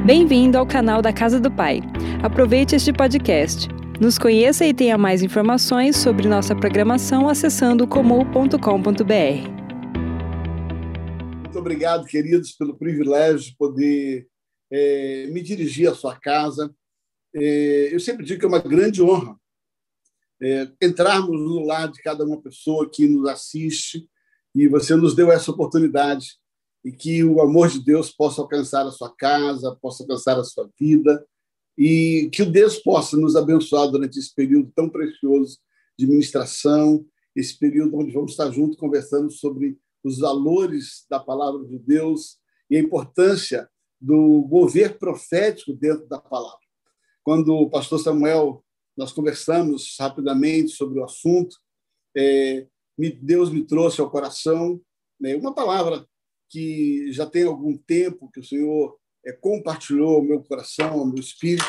Bem-vindo ao canal da Casa do Pai. Aproveite este podcast. Nos conheça e tenha mais informações sobre nossa programação acessando comum.com.br. Muito obrigado, queridos, pelo privilégio de poder me dirigir à sua casa. Eu sempre digo que é uma grande honra entrarmos no lar de cada uma pessoa que nos assiste, e você nos deu essa oportunidade, e que o amor de Deus possa alcançar a sua casa, possa alcançar a sua vida, e que o Deus possa nos abençoar durante esse período tão precioso de ministração, esse período onde vamos estar juntos conversando sobre os valores da palavra de Deus e a importância do mover profético dentro da palavra. Quando o pastor Samuel, nós conversamos rapidamente sobre o assunto, Deus me trouxe ao coração uma palavra que já tem algum tempo que o Senhor compartilhou ao meu coração, ao meu espírito,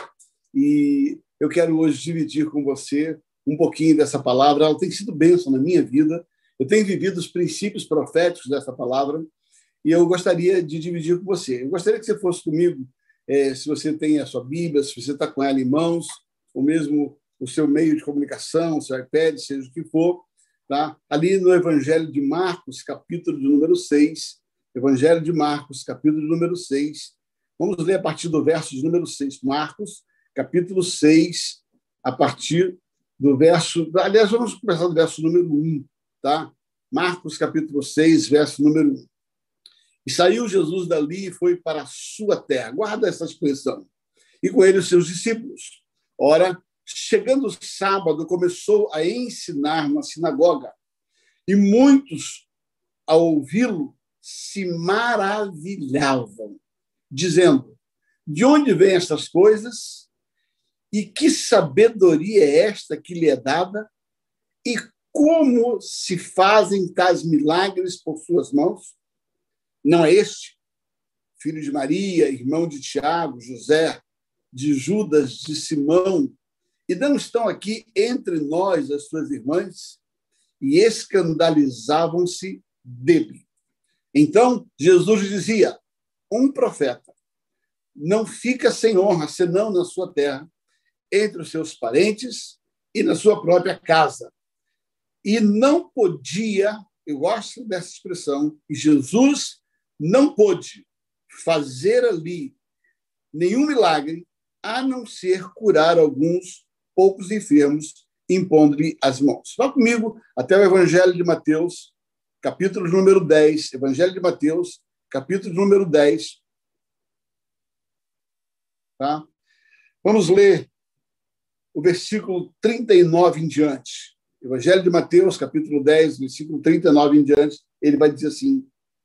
e eu quero hoje dividir com você um pouquinho dessa palavra. Ela tem sido bênção na minha vida, eu tenho vivido os princípios proféticos dessa palavra, e eu gostaria de dividir com você. Eu gostaria que você fosse comigo, se você tem a sua Bíblia, se você está com ela em mãos, ou mesmo o seu meio de comunicação, o seu iPad, seja o que for, tá? Ali no Evangelho de Marcos, capítulo de número 6, Evangelho de Marcos, capítulo de número 6, vamos ler a partir do verso de número 6, Marcos, capítulo 6, a partir do verso... Aliás, vamos começar do verso número 1, tá? Marcos, capítulo 6, verso número 1. E saiu Jesus dali e foi para a sua terra. Guarda essa expressão. E com ele os seus discípulos. Ora, chegando o sábado, começou a ensinar na sinagoga. E muitos, ao ouvi-lo, se maravilhavam, dizendo: de onde vêm estas coisas? E que sabedoria é esta que lhe é dada? E como se fazem tais milagres por suas mãos? Não é este, filho de Maria, irmão de Tiago, José, de Judas, de Simão, e não estão aqui entre nós as suas irmãs? E escandalizavam-se dele. Então, Jesus dizia: um profeta não fica sem honra, senão na sua terra, entre os seus parentes e na sua própria casa. E não podia, eu gosto dessa expressão, e Jesus não pôde fazer ali nenhum milagre, a não ser curar alguns poucos enfermos, impondo-lhe as mãos. Vá comigo até o Evangelho de Mateus, capítulo número 10, Evangelho de Mateus, capítulo número 10. Tá? Vamos ler o versículo 39 em diante. Evangelho de Mateus, capítulo 10, versículo 39 em diante, ele vai dizer assim: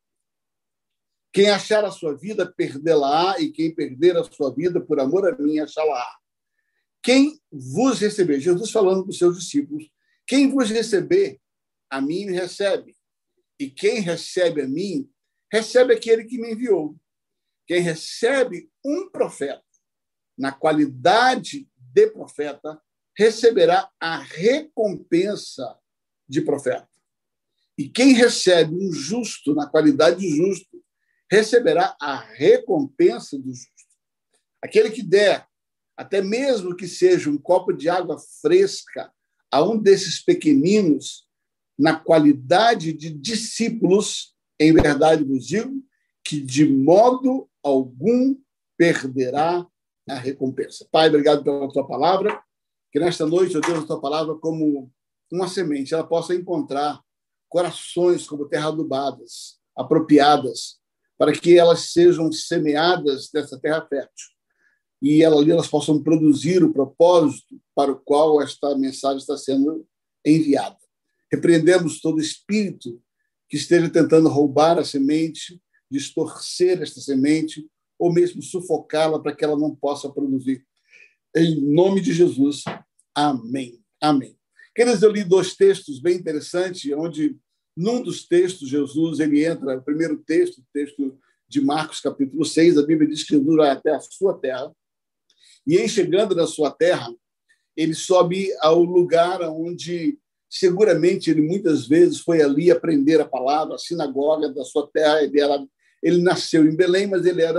quem achar a sua vida, perdê-la-á, e quem perder a sua vida por amor a mim, achá-la-á. Quem vos receber, Jesus falando para os seus discípulos, quem vos receber, a mim me recebe. E quem recebe a mim, recebe aquele que me enviou. Quem recebe um profeta, na qualidade de profeta, receberá a recompensa de profeta. E quem recebe um justo, na qualidade de justo, receberá a recompensa do justo. Aquele que der, até mesmo que seja um copo de água fresca, a um desses pequeninos, na qualidade de discípulos, em verdade vos digo, que de modo algum perderá a recompensa. Pai, obrigado pela tua palavra, que nesta noite, ó Deus, a tua palavra, como uma semente, ela possa encontrar corações como terra adubadas, apropriadas, para que elas sejam semeadas nessa terra fértil e elas possam produzir o propósito para o qual esta mensagem está sendo enviada. Repreendemos todo espírito que esteja tentando roubar a semente, distorcer esta semente, ou mesmo sufocá-la para que ela não possa produzir. Em nome de Jesus, amém. Amém. Queridos, eu li dois textos bem interessantes, onde, num dos textos, Jesus ele entra, o primeiro texto, o texto de Marcos, capítulo 6, a Bíblia diz que Jesus vai até a sua terra, e em chegando na sua terra, ele sobe ao lugar onde seguramente ele muitas vezes foi ali aprender a palavra, a sinagoga da sua terra. Ele nasceu em Belém, mas ele era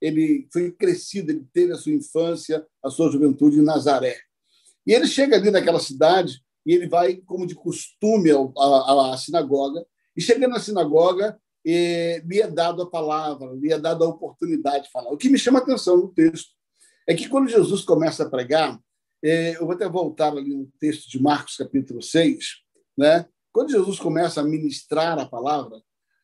ele foi crescido, ele teve a sua infância, a sua juventude em Nazaré. E ele chega ali naquela cidade e ele vai, como de costume, à sinagoga. E chegando na sinagoga, lhe é dado a palavra, lhe é dada a oportunidade de falar. O que me chama a atenção no texto é que quando Jesus começa a pregar, eu vou até voltar ali no texto de Marcos, capítulo 6, né? Quando Jesus começa a ministrar a palavra,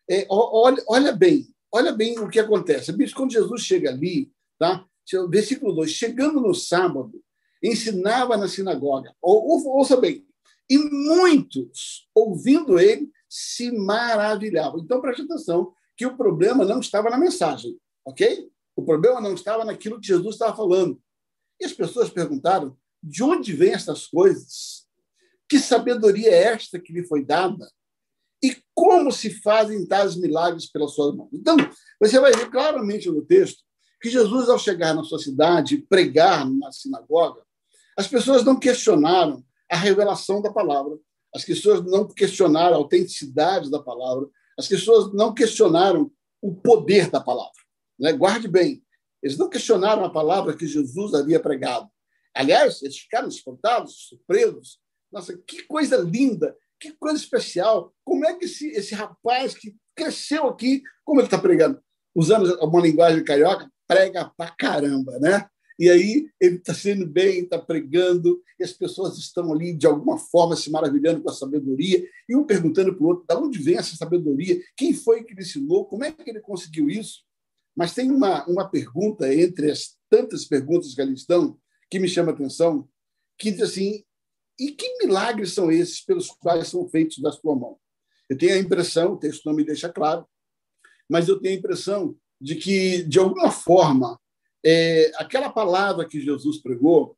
olha bem o que acontece. Quando Jesus chega ali, tá? Versículo 2, chegando no sábado, ensinava na sinagoga. Ouça bem, e muitos, ouvindo ele, se maravilhavam. Então, preste atenção que o problema não estava na mensagem, ok? O problema não estava naquilo que Jesus estava falando. E as pessoas perguntaram, de onde vêm estas coisas? Que sabedoria é esta que lhe foi dada? E como se fazem tais milagres pela sua mão? Então, você vai ver claramente no texto que Jesus, ao chegar na sua cidade e pregar na sinagoga, as pessoas não questionaram a revelação da palavra, as pessoas não questionaram a autenticidade da palavra, as pessoas não questionaram o poder da palavra. Né? Guarde bem, eles não questionaram a palavra que Jesus havia pregado. Aliás, eles ficaram espantados, surpresos. Nossa, que coisa linda, que coisa especial. Como é que esse rapaz que cresceu aqui, como ele está pregando? Usando uma linguagem carioca, prega pra caramba, né? E aí ele está sendo bem, está pregando, e as pessoas estão ali, de alguma forma, se maravilhando com a sabedoria, e um perguntando para o outro, de onde vem essa sabedoria? Quem foi que lhe ensinou? Como é que ele conseguiu isso? Mas tem uma pergunta, entre as tantas perguntas que ali estão, que me chama a atenção, que diz assim, e que milagres são esses pelos quais são feitos da sua mão? Eu tenho a impressão, o texto não me deixa claro, mas eu tenho a impressão de que, de alguma forma, aquela palavra que Jesus pregou,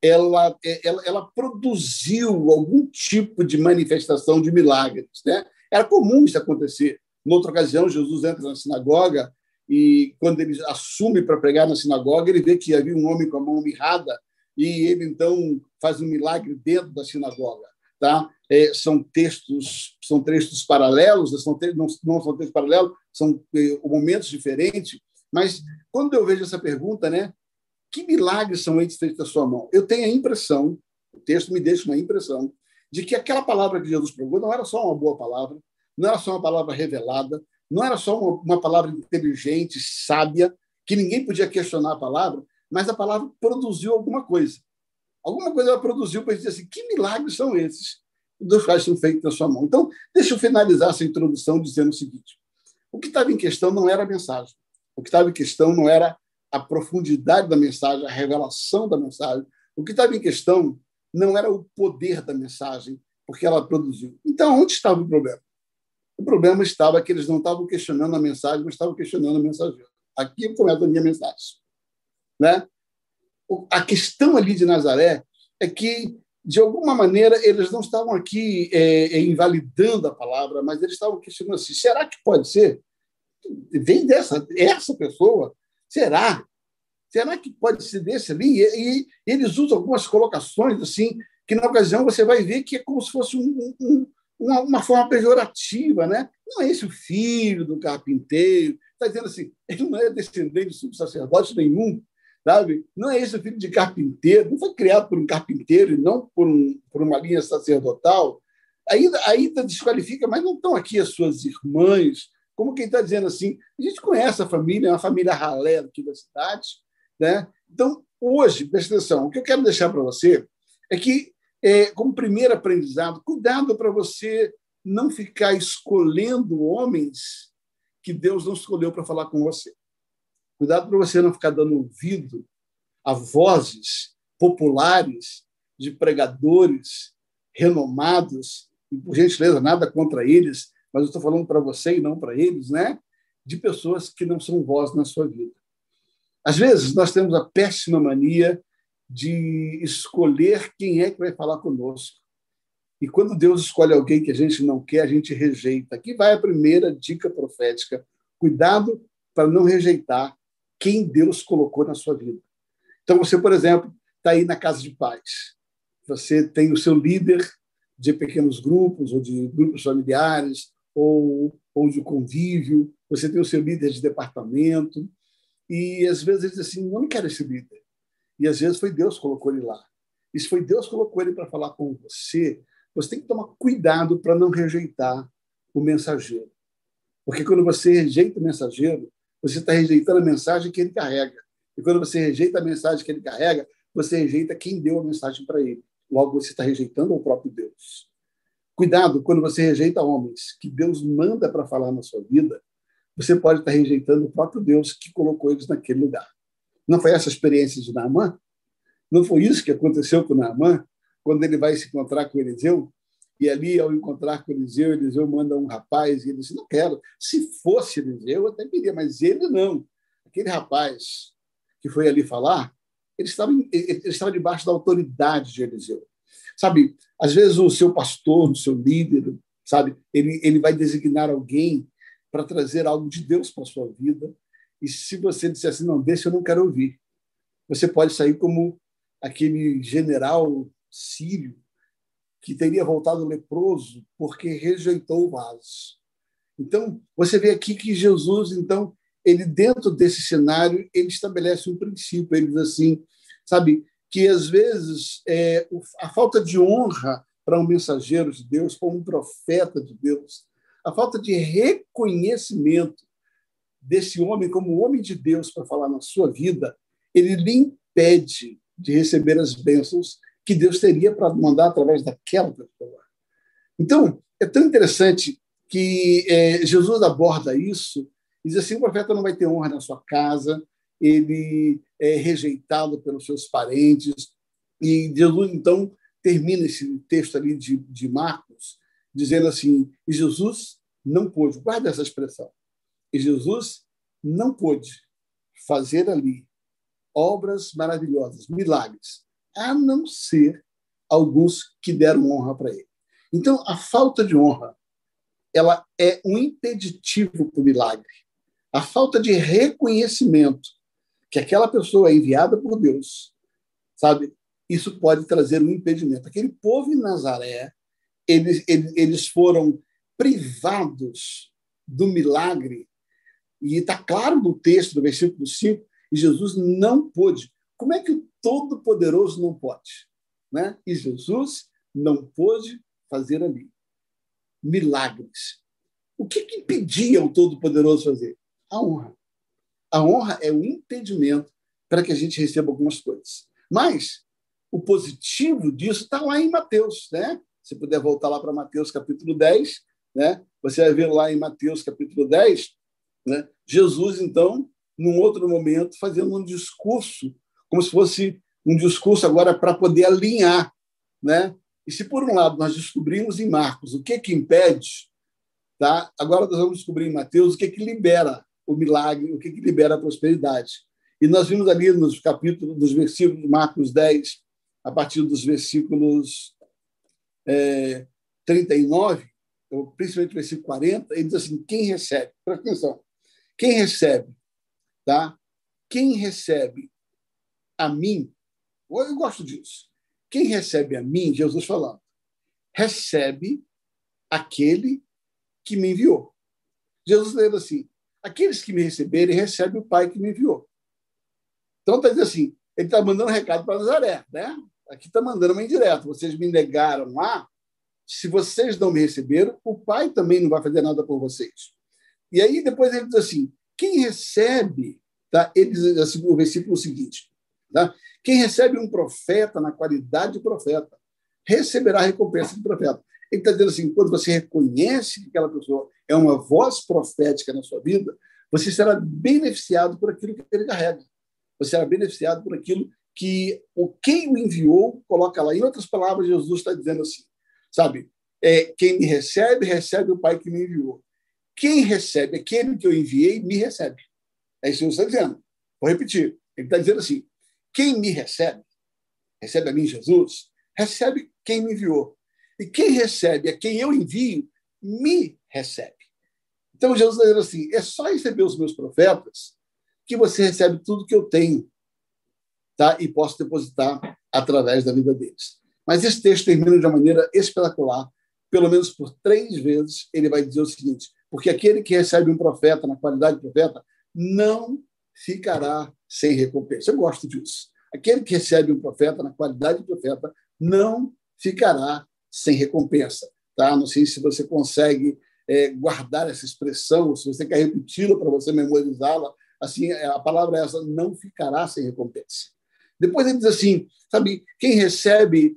ela produziu algum tipo de manifestação de milagres. Né? Era comum isso acontecer. Noutra ocasião, Jesus entra na sinagoga e, quando ele assume para pregar na sinagoga, ele vê que havia um homem com a mão mirrada e ele, então, faz um milagre dentro da sinagoga. Tá? São textos paralelos, não são textos paralelos, são momentos diferentes, mas quando eu vejo essa pergunta, né, que milagres são esses feitos da sua mão? Eu tenho a impressão, o texto me deixa uma impressão, de que aquela palavra que Jesus pregou não era só uma boa palavra, não era só uma palavra revelada, não era só uma palavra inteligente, sábia, que ninguém podia questionar a palavra, mas a palavra produziu alguma coisa. Alguma coisa ela produziu para dizer assim, que milagres são esses dos quais são feitos na sua mão? Então, deixa eu finalizar essa introdução dizendo o seguinte, o que estava em questão não era a mensagem, o que estava em questão não era a profundidade da mensagem, a revelação da mensagem, o que estava em questão não era o poder da mensagem, porque ela produziu. Então, onde estava o problema? O problema estava que eles não estavam questionando a mensagem, mas estavam questionando a mensageira. Aqui começa a minha mensagem. Né? A questão ali de Nazaré é que, de alguma maneira, eles não estavam aqui invalidando a palavra, mas eles estavam questionando assim, será que pode ser? Vem essa pessoa? Será? Será que pode ser desse ali? E eles usam algumas colocações assim, que na ocasião você vai ver que é como se fosse uma forma pejorativa, né? Não é esse o filho do carpinteiro, está dizendo assim, ele não é descendente de subsacerdote nenhum, sabe? Não é esse o filho de carpinteiro, não foi criado por um carpinteiro e não por uma linha sacerdotal. Ainda desqualifica, mas não estão aqui as suas irmãs, como quem está dizendo assim, a gente conhece a família, é uma família ralé aqui da cidade, né? Então, hoje, presta atenção, o que eu quero deixar para você é que, como primeiro aprendizado, cuidado para você não ficar escolhendo homens que Deus não escolheu para falar com você. Cuidado para você não ficar dando ouvido a vozes populares de pregadores renomados, e, por gentileza, nada contra eles, mas eu estou falando para você e não para eles, né? De pessoas que não são voz na sua vida. Às vezes, nós temos a péssima mania de escolher quem é que vai falar conosco. E quando Deus escolhe alguém que a gente não quer, a gente rejeita. Aqui vai a primeira dica profética. Cuidado para não rejeitar quem Deus colocou na sua vida. Então, você, por exemplo, está aí na casa de paz. Você tem o seu líder de pequenos grupos, ou de grupos familiares, ou de convívio, você tem o seu líder de departamento, E às vezes ele diz assim, eu não quero esse líder. E às vezes foi Deus que colocou ele lá. E se foi Deus que colocou ele para falar com você, você tem que tomar cuidado para não rejeitar o mensageiro. Porque quando você rejeita o mensageiro, você está rejeitando a mensagem que ele carrega. E quando você rejeita a mensagem que ele carrega, você rejeita quem deu a mensagem para ele. Logo, você está rejeitando o próprio Deus. Cuidado quando você rejeita homens que Deus manda para falar na sua vida, você pode estar rejeitando o próprio Deus que colocou eles naquele lugar. Não foi essa a experiência de Naamã? Não foi isso que aconteceu com Naamã, quando ele vai se encontrar com Eliseu? E ali, ao encontrar com Eliseu, Eliseu manda um rapaz, e ele diz, não quero. Se fosse Eliseu, eu até queria, mas ele não. Aquele rapaz que foi ali falar, ele estava debaixo da autoridade de Eliseu. Sabe, às vezes o seu pastor, o seu líder, sabe, ele vai designar alguém para trazer algo de Deus para a sua vida, e se você disser assim, não, desse eu não quero ouvir, você pode sair como aquele general sírio que teria voltado leproso porque rejeitou o vaso. Então, você vê aqui que Jesus, então, ele dentro desse cenário, ele estabelece um princípio, ele diz assim, sabe, que às vezes a falta de honra para um mensageiro de Deus, para um profeta de Deus, a falta de reconhecimento desse homem como homem de Deus para falar na sua vida, ele lhe impede de receber as bênçãos que Deus teria para mandar através daquela pessoa. Então, é tão interessante que Jesus aborda isso e diz assim, o profeta não vai ter honra na sua casa, ele é rejeitado pelos seus parentes. E Jesus, então, termina esse texto ali de Marcos, dizendo assim, e Jesus não pôde, guarda essa expressão, e Jesus não pôde fazer ali obras maravilhosas, milagres, a não ser alguns que deram honra para ele. Então, a falta de honra, ela é um impeditivo para o milagre. A falta de reconhecimento que aquela pessoa é enviada por Deus, sabe? Isso pode trazer um impedimento. Aquele povo em Nazaré, eles foram privados do milagre, e está claro no texto, do versículo 5, e Jesus não pôde. Como é que o Todo-Poderoso não pode? Né? E Jesus não pôde fazer ali milagres. O que impedia o Todo-Poderoso fazer? A honra. A honra é o impedimento para que a gente receba algumas coisas. Mas o positivo disso está lá em Mateus. Né? Se puder voltar lá para Mateus capítulo 10, né? Você vai ver lá em Mateus capítulo 10, né? Jesus, então, num outro momento, fazendo um discurso, como se fosse um discurso agora para poder alinhar. Né? E se, por um lado, nós descobrimos em Marcos o que impede, tá? Agora nós vamos descobrir em Mateus o que libera o milagre, o que libera a prosperidade. E nós vimos ali nos capítulos, nos versículos de Marcos 10, a partir dos versículos 39, ou principalmente o versículo 40, ele diz assim, quem recebe, presta atenção, quem recebe, tá? Quem recebe a mim, eu gosto disso, quem recebe a mim, Jesus falando, recebe aquele que me enviou. Jesus falando assim, aqueles que me receberem, recebem o Pai que me enviou. Então, está dizendo assim, ele está mandando um recado para Nazaré, né? Aqui está mandando uma indireta. Vocês me negaram lá, se vocês não me receberam, o Pai também não vai fazer nada por vocês. E aí, depois ele diz assim, quem recebe, tá? Ele diz assim, o versículo seguinte, tá? Quem recebe um profeta na qualidade de profeta, receberá a recompensa de profeta. Ele está dizendo assim, quando você reconhece que aquela pessoa é uma voz profética na sua vida, você será beneficiado por aquilo que ele carrega. Você será beneficiado por aquilo que quem o enviou coloca lá. Em outras palavras, Jesus está dizendo assim, sabe? Quem me recebe, recebe o Pai que me enviou. Quem recebe aquele que eu enviei, me recebe. É isso que Jesus está dizendo. Vou repetir. Ele está dizendo assim, quem me recebe, recebe a mim, Jesus, recebe quem me enviou. E quem recebe a quem eu envio, me recebe. Então, Jesus está dizendo assim, é só receber os meus profetas que você recebe tudo que eu tenho, tá? E posso depositar através da vida deles. Mas esse texto termina de uma maneira espetacular. Pelo menos por 3 vezes ele vai dizer o seguinte, porque aquele que recebe um profeta na qualidade de profeta não ficará sem recompensa. Eu gosto disso. Aquele que recebe um profeta na qualidade de profeta não ficará sem recompensa. Tá? Não sei se você consegue guardar essa expressão, ou se você quer repeti-la para você memorizá-la. Assim, a palavra é essa: não ficará sem recompensa. Depois ele diz assim, sabe, quem recebe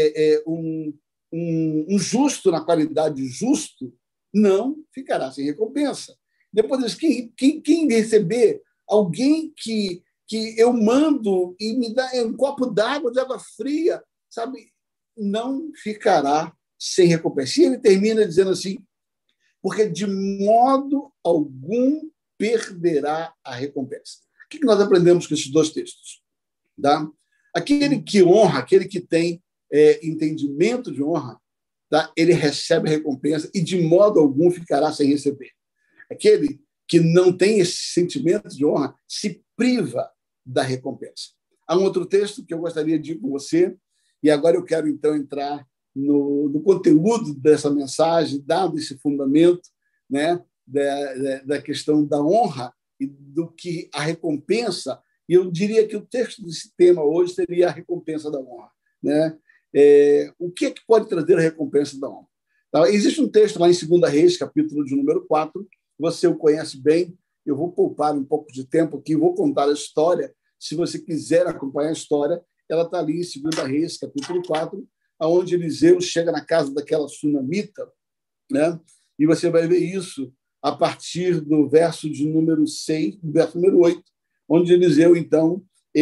um justo na qualidade de justo não ficará sem recompensa. Depois diz, quem receber alguém que eu mando e me dá um copo d'água, de água fria, sabe, não ficará sem recompensa. E ele termina dizendo assim, porque de modo algum perderá a recompensa. O que nós aprendemos com esses dois textos? Tá? Aquele que honra, aquele que tem entendimento de honra, tá? Ele recebe a recompensa e de modo algum ficará sem receber. Aquele que não tem esse sentimento de honra se priva da recompensa. Há um outro texto que eu gostaria de ir com você, e agora eu quero então entrar no conteúdo dessa mensagem, dado esse fundamento, né, da questão da honra e do que a recompensa. E eu diria que o texto desse tema hoje seria a recompensa da honra, né? O que é que pode trazer a recompensa da honra? Então, existe um texto lá em 2 Reis, capítulo de número 4, você o conhece bem. Eu vou poupar um pouco de tempo aqui, vou contar a história. Se você quiser acompanhar a história, ela está ali em 2 Reis, capítulo 4, onde Eliseu chega na casa daquela sunamita, né? E você vai ver isso a partir do verso de número 6, do verso número 8, onde Eliseu, então,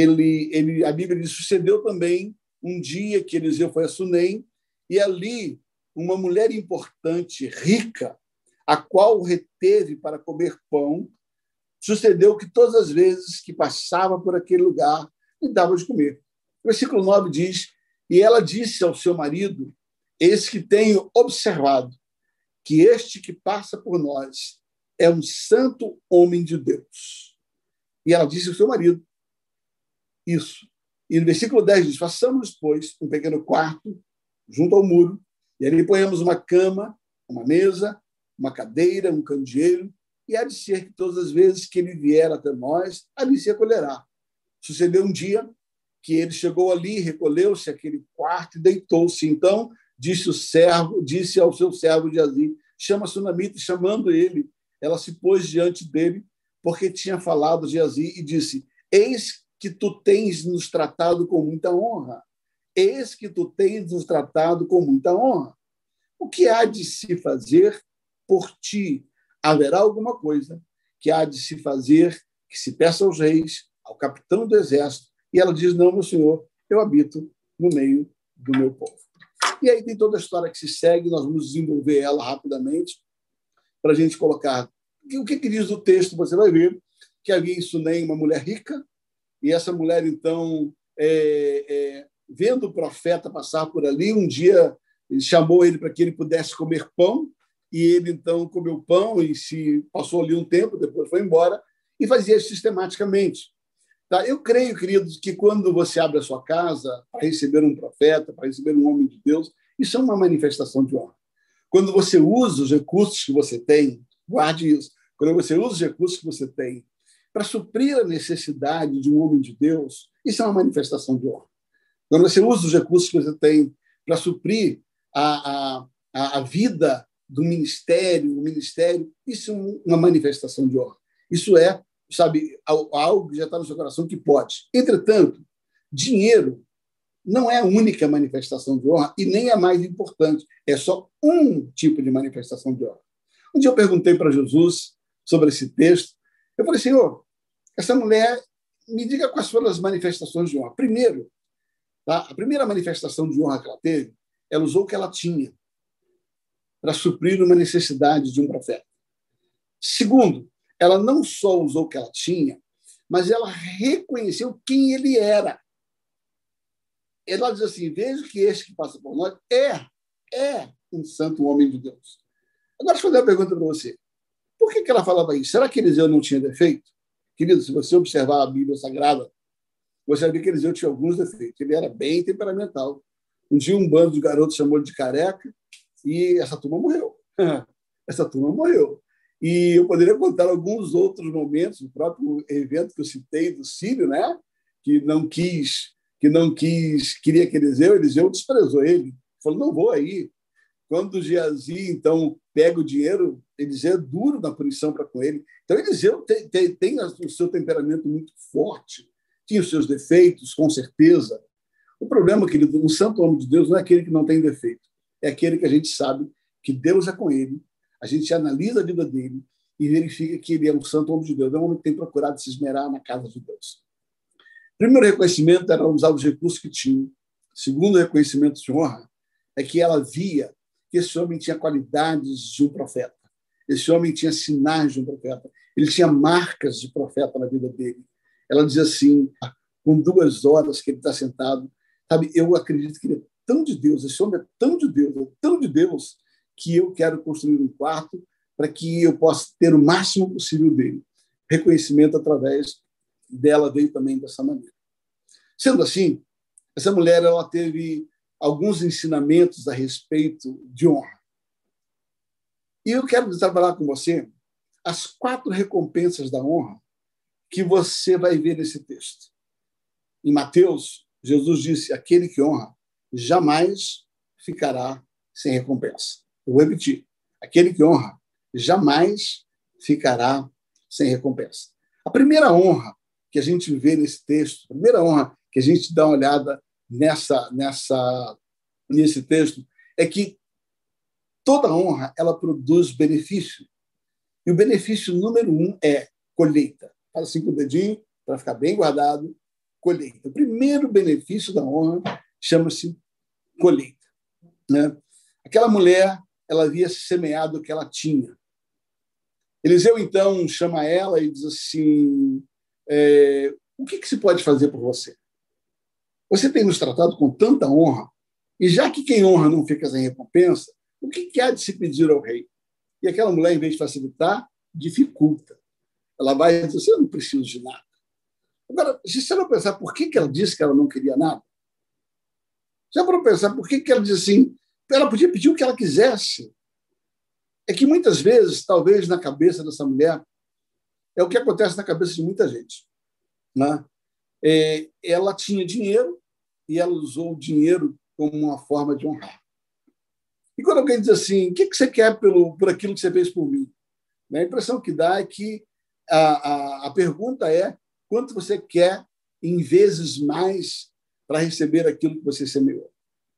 a Bíblia diz, sucedeu também um dia que Eliseu foi a Sunem, e ali uma mulher importante, rica, a qual o reteve para comer pão, sucedeu que todas as vezes que passava por aquele lugar, lhe dava de comer. O versículo 9 diz, e ela disse ao seu marido, eis que tenho observado que este que passa por nós é um santo homem de Deus. E ela disse ao seu marido isso. E no versículo 10 diz, façamos, pois, um pequeno quarto junto ao muro, e ali ponhamos uma cama, uma mesa, uma cadeira, um candeeiro, e há de ser que todas as vezes que ele vier até nós, ali se acolherá. Sucedeu um dia que ele chegou ali, recolheu-se àquele quarto e deitou-se. Então disse ao seu servo Geazi, chama a sunamita, chamando ele, ela se pôs diante dele, porque tinha falado Geazi, e disse, eis que tu tens nos tratado com muita honra. Eis que tu tens nos tratado com muita honra. O que há de se fazer por ti? Haverá alguma coisa que há de se fazer, que se peça aos reis, ao capitão do exército, e ela diz, não, meu senhor, eu habito no meio do meu povo. E aí tem toda a história que se segue, nós vamos desenvolver ela rapidamente, para a gente colocar. O que diz o texto? Você vai ver que havia em Sunem uma mulher rica, e essa mulher, então, vendo o profeta passar por ali, um dia chamou ele para que ele pudesse comer pão, e ele, então, comeu pão e se passou ali um tempo, depois foi embora, e fazia isso sistematicamente. Tá? Eu creio, queridos, que quando você abre a sua casa para receber um profeta, para receber um homem de Deus, isso é uma manifestação de honra. Quando você usa os recursos que você tem, guarde isso, quando você usa os recursos que você tem para suprir a necessidade de um homem de Deus, isso é uma manifestação de honra. Quando você usa os recursos que você tem para suprir a vida do ministério, o ministério, isso é uma manifestação de honra. Isso é, sabe, algo que já está no seu coração que pode. Entretanto, dinheiro não é a única manifestação de honra e nem a mais importante. É só um tipo de manifestação de honra. Um dia eu perguntei para Jesus sobre esse texto. Eu falei, Senhor, essa mulher, me diga quais foram as manifestações de honra. Primeiro, tá? A primeira manifestação de honra que ela teve, ela usou o que ela tinha para suprir uma necessidade de um profeta. Segundo, ela não só usou o que ela tinha, mas ela reconheceu quem ele era. Ela diz assim, veja que este que passa por nós é um santo homem de Deus. Agora, deixa eu fazer uma pergunta para você. Por que ela falava isso? Será que Eliseu não tinha defeito? Querido, se você observar a Bíblia Sagrada, você vai ver que Eliseu tinha alguns defeitos. Ele era bem temperamental. Um dia um bando de garotos chamou ele de careca e essa turma morreu. Essa turma morreu. E eu poderia contar alguns outros momentos, o próprio evento que eu citei do Sírio, né? Queria que Eliseu desprezou ele, falou, não vou aí. Quando Geazi, então, pega o dinheiro, Eliseu é duro na punição para com ele. Então, Eliseu tem o seu temperamento muito forte, tinha os seus defeitos, com certeza. O problema, querido, um santo homem de Deus não é aquele que não tem defeito, é aquele que a gente sabe que Deus é com ele, a gente analisa a vida dele e verifica que ele é um santo homem de Deus, é um homem que tem procurado se esmerar na casa de Deus. Primeiro reconhecimento era usar os recursos que tinha. Segundo reconhecimento de honra é que ela via que esse homem tinha qualidades de um profeta. Esse homem tinha sinais de um profeta. Ele tinha marcas de profeta na vida dele. Ela dizia assim, com 2 horas que ele está sentado, sabe, eu acredito que ele é tão de Deus, esse homem é tão de Deus, que eu quero construir um quarto para que eu possa ter o máximo possível dele. Reconhecimento através dela veio também dessa maneira. Sendo assim, essa mulher ela teve alguns ensinamentos a respeito de honra. E eu quero trabalhar com você as 4 recompensas da honra que você vai ver nesse texto. Em Mateus, Jesus disse, aquele que honra jamais ficará sem recompensa. Eu vou repetir, aquele que honra jamais ficará sem recompensa. A primeira honra que a gente vê nesse texto, a primeira honra que a gente dá uma olhada nesse texto, é que toda honra ela produz benefício. E o benefício número 1 é colheita. Fala assim com o dedinho, para ficar bem guardado, colheita. O primeiro benefício da honra chama-se colheita. Né? Aquela mulher, ela havia semeado o que ela tinha. Eliseu, então, chama ela e diz assim, o que se pode fazer por você? Você tem nos tratado com tanta honra, e já que quem honra não fica sem recompensa, o que há de se pedir ao rei? E aquela mulher, em vez de facilitar, dificulta. Ela vai dizer, eu não preciso de nada. Agora, se você não pensar por que ela disse que ela não queria nada, já para pensar por que ela disse assim, ela podia pedir o que ela quisesse. É que muitas vezes, talvez na cabeça dessa mulher, é o que acontece na cabeça de muita gente. Né? Ela tinha dinheiro e ela usou o dinheiro como uma forma de honrar. E quando alguém diz assim, o que você quer por aquilo que você fez por mim? A impressão que dá é que a pergunta é quanto você quer em vezes mais para receber aquilo que você semeou.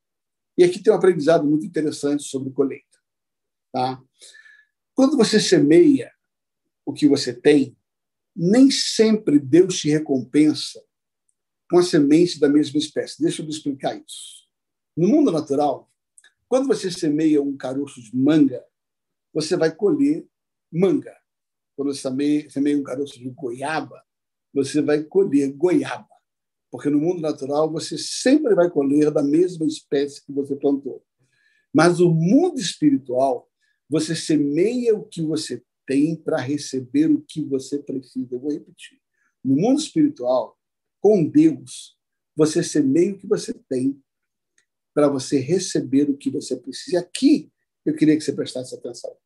E aqui tem um aprendizado muito interessante sobre colheita. Tá? Quando você semeia o que você tem, nem sempre Deus te recompensa com a semente da mesma espécie. Deixa eu explicar isso. No mundo natural, quando você semeia um caroço de manga, você vai colher manga. Quando você semeia um caroço de goiaba, você vai colher goiaba. Porque no mundo natural, você sempre vai colher da mesma espécie que você plantou. Mas no mundo espiritual, você semeia o que você tem para receber o que você precisa. Eu vou repetir. No mundo espiritual, com Deus, você semeia o que você tem para você receber o que você precisa. E aqui eu queria que você prestasse atenção.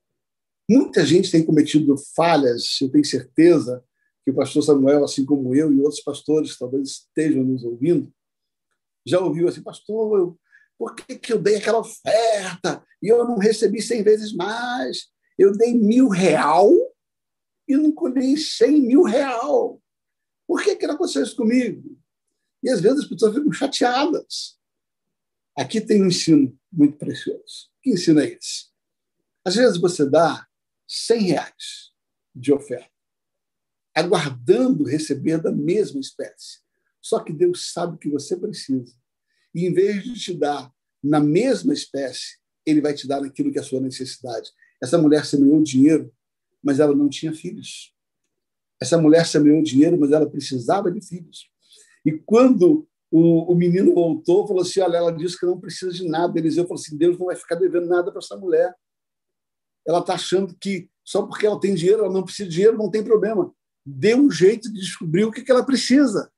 Muita gente tem cometido falhas, eu tenho certeza que o pastor Samuel, assim como eu e outros pastores talvez estejam nos ouvindo, já ouviu assim, pastor, por que eu dei aquela oferta e eu não recebi 100 vezes mais? Eu dei R$1.000 e não colhi 100 mil real. Por que não aconteceu isso comigo? E às vezes as pessoas ficam chateadas. Aqui tem um ensino muito precioso. Que ensino é esse? Às vezes você dá R$100 de oferta, aguardando receber da mesma espécie. Só que Deus sabe o que você precisa. E, em vez de te dar na mesma espécie, Ele vai te dar naquilo que é a sua necessidade. Essa mulher semeou dinheiro, mas ela não tinha filhos. Essa mulher semeou dinheiro, mas ela precisava de filhos. E quando o menino voltou, falou assim, olha, ela disse que não precisa de nada. Eliseu falou assim, Deus não vai ficar devendo nada para essa mulher. Ela está achando que só porque ela tem dinheiro, ela não precisa de dinheiro, não tem problema. Dê um jeito de descobrir o que ela precisa.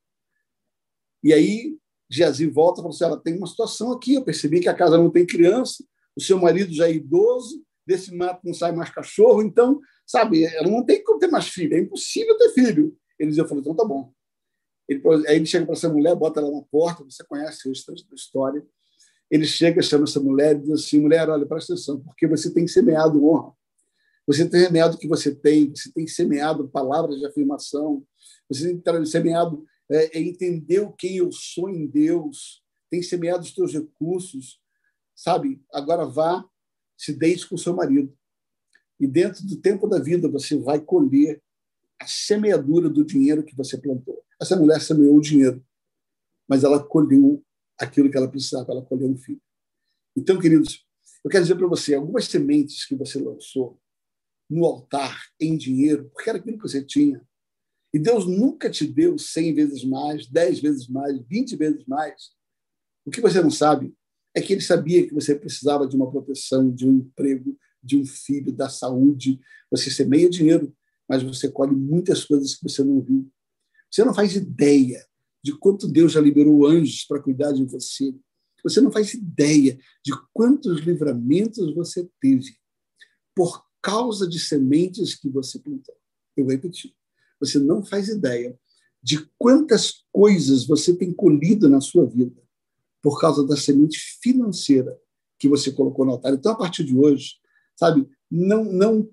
E aí, Geazi volta e fala assim, ela tem uma situação aqui, eu percebi que a casa não tem criança, o seu marido já é idoso, desse mato não sai mais cachorro, então sabe, ela não tem como ter mais filho, é impossível ter filho. Eu falei, então tá bom. Aí ele chega para essa mulher, bota ela na porta, você conhece o restante da história. Ele chega, chama essa mulher e diz assim, mulher, olha, presta atenção, porque você tem semeado honra. Você tem semeado o que você tem semeado palavras de afirmação, você tem semeado entender quem eu sou em Deus, tem semeado os teus recursos, sabe? Agora vá, se deite com o seu marido. E dentro do tempo da vida você vai colher a semeadura do dinheiro que você plantou. Essa mulher semeou o dinheiro, mas ela colheu aquilo que ela precisava, ela colheu um filho. Então, queridos, eu quero dizer para você, algumas sementes que você lançou no altar em dinheiro, porque era aquilo que você tinha, e Deus nunca te deu 100 vezes mais, 10 vezes mais, 20 vezes mais. O que você não sabe é que ele sabia que você precisava de uma proteção, de um emprego, de um filho, da saúde. Você semeia dinheiro, mas você colhe muitas coisas que você não viu. Você não faz ideia de quanto Deus já liberou anjos para cuidar de você. Você não faz ideia de quantos livramentos você teve por causa de sementes que você plantou. Eu vou repetir. Você não faz ideia de quantas coisas você tem colhido na sua vida por causa da semente financeira que você colocou no altar. Então, a partir de hoje, sabe, não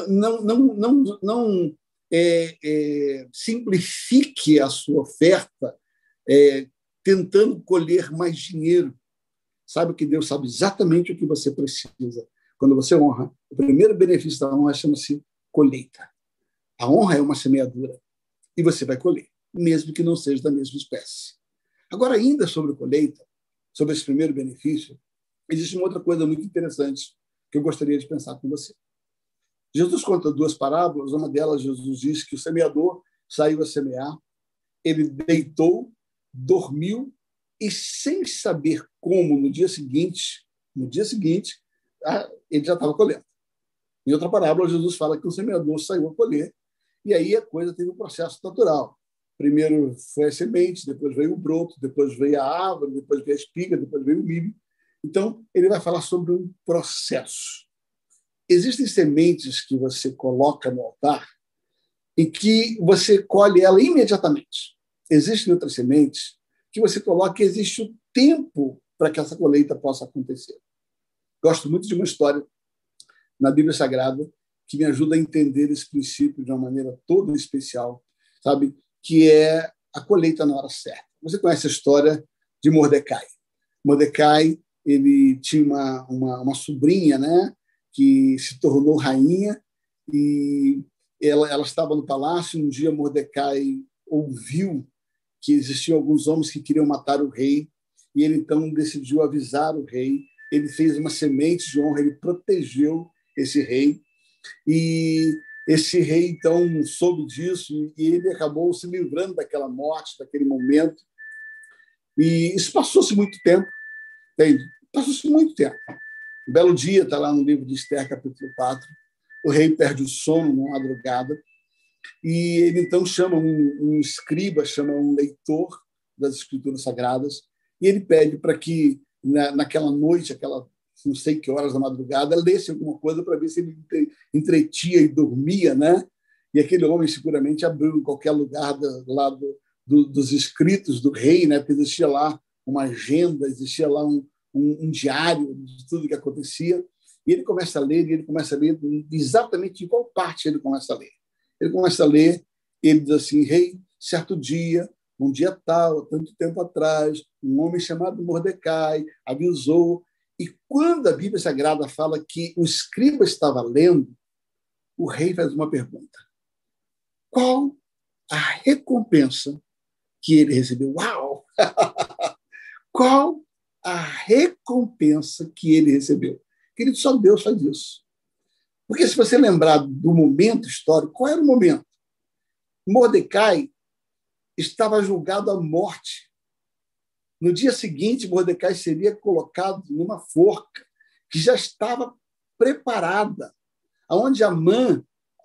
simplifique a sua oferta tentando colher mais dinheiro. Sabe que Deus sabe exatamente o que você precisa. Quando você honra, o primeiro benefício da honra chama-se colheita. A honra é uma semeadura e você vai colher, mesmo que não seja da mesma espécie. Agora, ainda sobre colheita, sobre esse primeiro benefício, existe uma outra coisa muito interessante que eu gostaria de pensar com você. Jesus conta duas parábolas. Uma delas, Jesus diz que o semeador saiu a semear, ele deitou, dormiu e, sem saber como, no dia seguinte, ele já estava colhendo. Em outra parábola, Jesus fala que o semeador saiu a colher e aí a coisa teve um processo natural. Primeiro foi a semente, depois veio o broto, depois veio a árvore, depois veio a espiga, depois veio o milho. Então, ele vai falar sobre um processo. Existem sementes que você coloca no altar e que você colhe ela imediatamente. Existem outras sementes que você coloca e existe o tempo para que essa colheita possa acontecer. Gosto muito de uma história na Bíblia Sagrada que me ajuda a entender esse princípio de uma maneira toda especial, sabe? Que é a colheita na hora certa. Você conhece a história de Mordecai. Mordecai, ele tinha uma sobrinha, né, que se tornou rainha e ela estava no palácio. Um dia Mordecai ouviu que existiam alguns homens que queriam matar o rei e ele então decidiu avisar o rei. Ele fez uma semente de honra, ele protegeu esse rei e esse rei então soube disso e ele acabou se livrando daquela morte, daquele momento. E isso passou-se muito tempo, entende? Passou-se muito tempo. Um belo dia, está lá no livro de Esther, capítulo 4, o rei perde o sono na madrugada e ele então chama um escriba, chama um leitor das escrituras sagradas e ele pede para que naquela noite, aquela não sei que horas da madrugada, lesse alguma coisa para ver se ele entretia e dormia, né? E aquele homem seguramente abriu em qualquer lugar lá dos escritos do rei, né? Porque existia lá uma agenda, existia lá um diário de tudo que acontecia. E ele começa a ler, exatamente de qual parte ele começa a ler. Ele começa a ler, ele diz assim, rei, certo dia, um dia tal, há tanto tempo atrás, um homem chamado Mordecai avisou. E quando a Bíblia Sagrada fala que o escriba estava lendo, o rei faz uma pergunta. Qual a recompensa que ele recebeu? Uau! Qual a recompensa que ele recebeu? Querido, só Deus faz isso. Porque se você lembrar do momento histórico, qual era o momento? Mordecai estava julgado à morte. No dia seguinte, Mordecai seria colocado numa forca que já estava preparada, onde Amã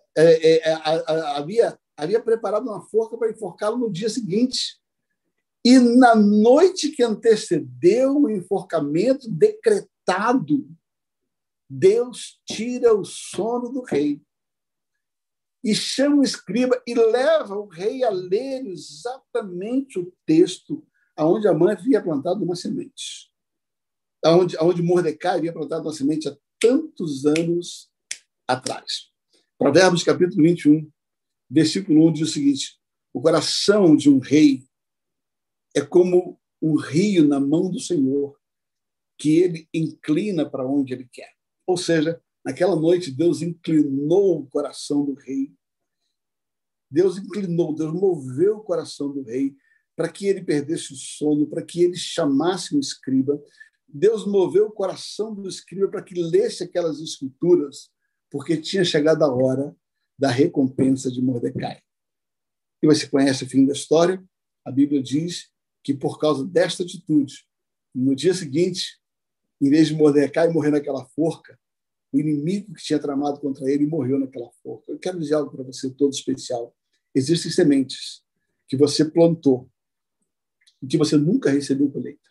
havia preparado uma forca para enforcá-lo no dia seguinte. E na noite que antecedeu o enforcamento decretado, Deus tira o sono do rei. e chama o escriba e leva o rei a ler exatamente o texto aonde Amã havia plantado uma semente, aonde Mordecai havia plantado uma semente há tantos anos atrás. Provérbios, capítulo 21, versículo 1, diz o seguinte: o coração de um rei é como um rio na mão do Senhor, que ele inclina para onde ele quer. Ou seja, naquela noite, Deus inclinou o coração do rei. Deus moveu o coração do rei para que ele perdesse o sono, para que ele chamasse um escriba. Deus moveu o coração do escriba para que lesse aquelas escrituras, porque tinha chegado a hora da recompensa de Mordecai. E você conhece o fim da história? A Bíblia diz que, por causa desta atitude, no dia seguinte, em vez de Mordecai morrer naquela forca, o inimigo que tinha tramado contra ele morreu naquela forca. Eu quero dizer algo para você todo especial. Existem sementes que você plantou e que você nunca recebeu colheita.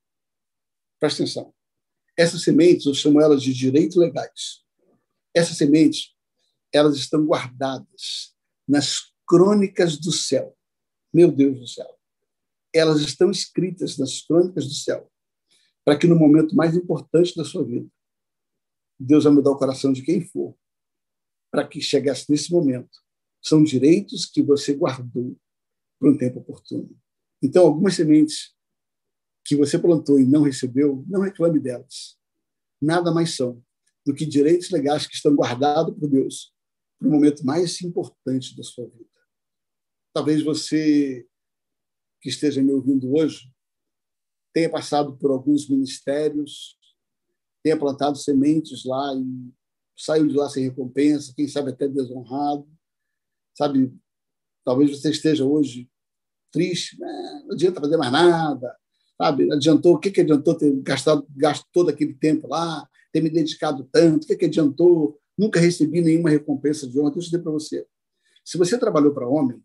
Presta atenção. Essas sementes, eu chamo elas de direitos legais. Essas sementes, elas estão guardadas nas crônicas do céu. Meu Deus do céu. Elas estão escritas nas crônicas do céu, para que no momento mais importante da sua vida, Deus vai mudar o coração de quem for, para que chegasse nesse momento. São direitos que você guardou para um tempo oportuno. Então, algumas sementes que você plantou e não recebeu, não reclame delas. Nada mais são do que direitos legais que estão guardados por Deus para o momento mais importante da sua vida. Talvez você que esteja me ouvindo hoje tenha passado por alguns ministérios, tenha plantado sementes lá e saiu de lá sem recompensa, quem sabe até desonrado. Sabe, talvez você esteja hoje triste, não adianta fazer mais nada, sabe? Adiantou, o que adiantou ter gasto todo aquele tempo lá, ter me dedicado tanto, o que adiantou? Nunca recebi nenhuma recompensa de honra. Deixa eu dizer para você. Se você trabalhou para homem,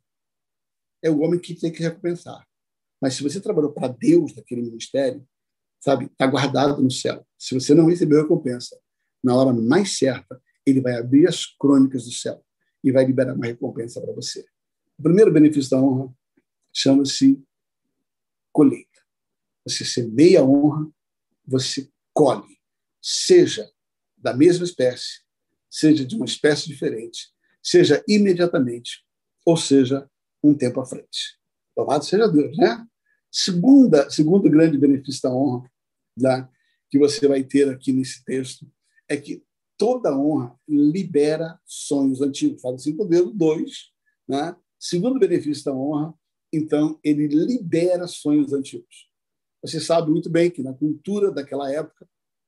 é o homem que tem que recompensar. Mas se você trabalhou para Deus naquele ministério, sabe, está guardado no céu. Se você não recebeu recompensa, na hora mais certa, ele vai abrir as crônicas do céu e vai liberar uma recompensa para você. O primeiro benefício da honra chama-se colheita. Você semeia a honra, você colhe, seja da mesma espécie, seja de uma espécie diferente, seja imediatamente, ou seja, um tempo à frente. Louvado seja Deus, né? Segundo grande benefício da honra, né, que você vai ter aqui nesse texto, é que toda honra libera sonhos antigos. Fala assim, poder 2, né? Segundo benefício da honra, então, ele libera sonhos antigos. Você sabe muito bem que na cultura daquela época,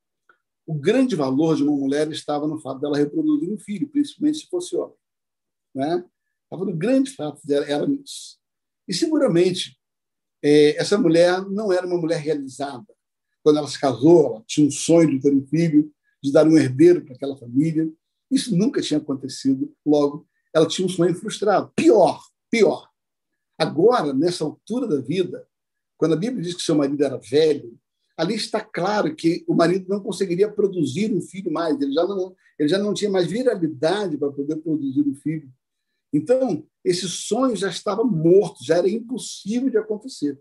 o grande valor de uma mulher estava no fato dela reproduzir um filho, principalmente se fosse homem, né? Estava no grande fato dela, era isso. E seguramente essa mulher não era uma mulher realizada. Quando ela se casou, ela tinha um sonho de ter um filho, de dar um herdeiro para aquela família. Isso nunca tinha acontecido. Logo, ela tinha um sonho frustrado. Pior. Agora, nessa altura da vida, quando a Bíblia diz que seu marido era velho, ali está claro que o marido não conseguiria produzir um filho mais. Ele já não tinha mais viralidade para poder produzir um filho. Então, esse sonho já estava morto, já era impossível de acontecer.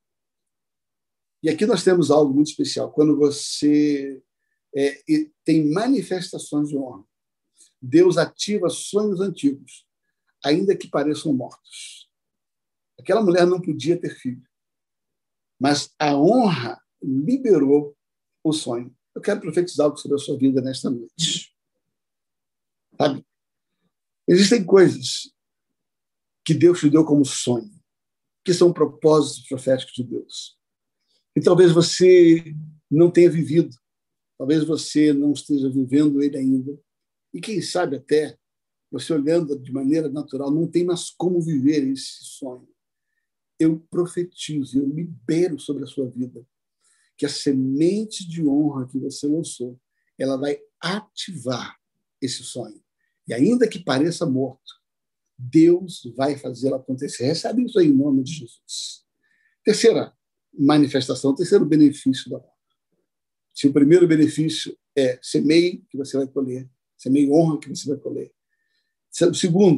E aqui nós temos algo muito especial. Quando você tem manifestações de honra, Deus ativa sonhos antigos, ainda que pareçam mortos. Aquela mulher não podia ter filho, mas a honra liberou o sonho. Eu quero profetizar algo sobre a sua vida nesta noite. Sabe? Existem coisas que Deus te deu como sonho, que são propósitos proféticos de Deus. E talvez você não tenha vivido, talvez você não esteja vivendo ele ainda. E quem sabe até, você olhando de maneira natural, não tem mais como viver esse sonho. Eu profetizo, eu libero sobre a sua vida que a semente de honra que você lançou, ela vai ativar esse sonho. E ainda que pareça morto, Deus vai fazê-lo acontecer. Recebe isso aí em nome de Jesus. Terceira manifestação, terceiro benefício da honra. Se o primeiro benefício é semeie, que você vai colher, semeie honra, que você vai colher. O segundo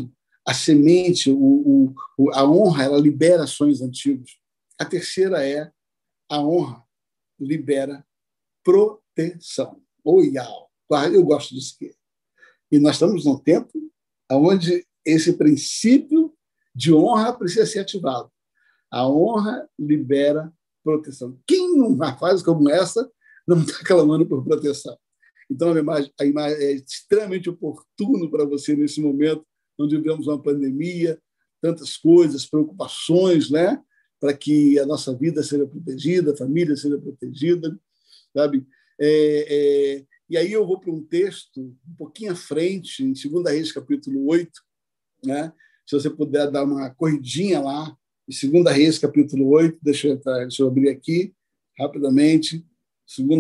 a semente, a honra, ela libera sonhos antigos. A terceira é a honra libera proteção. Iau. Eu gosto disso aqui. E nós estamos num tempo onde esse princípio de honra precisa ser ativado. A honra libera proteção. Quem numa fase como essa não está clamando por proteção? Então, a imagem é extremamente oportuno para você nesse momento onde vivemos uma pandemia, tantas coisas, preocupações, né? Para que a nossa vida seja protegida, a família seja protegida, sabe? E aí eu vou para um texto um pouquinho à frente, em 2 Reis, capítulo 8, né? Se você puder dar uma corridinha lá, em 2 Reis, capítulo 8, deixa eu abrir aqui rapidamente, 2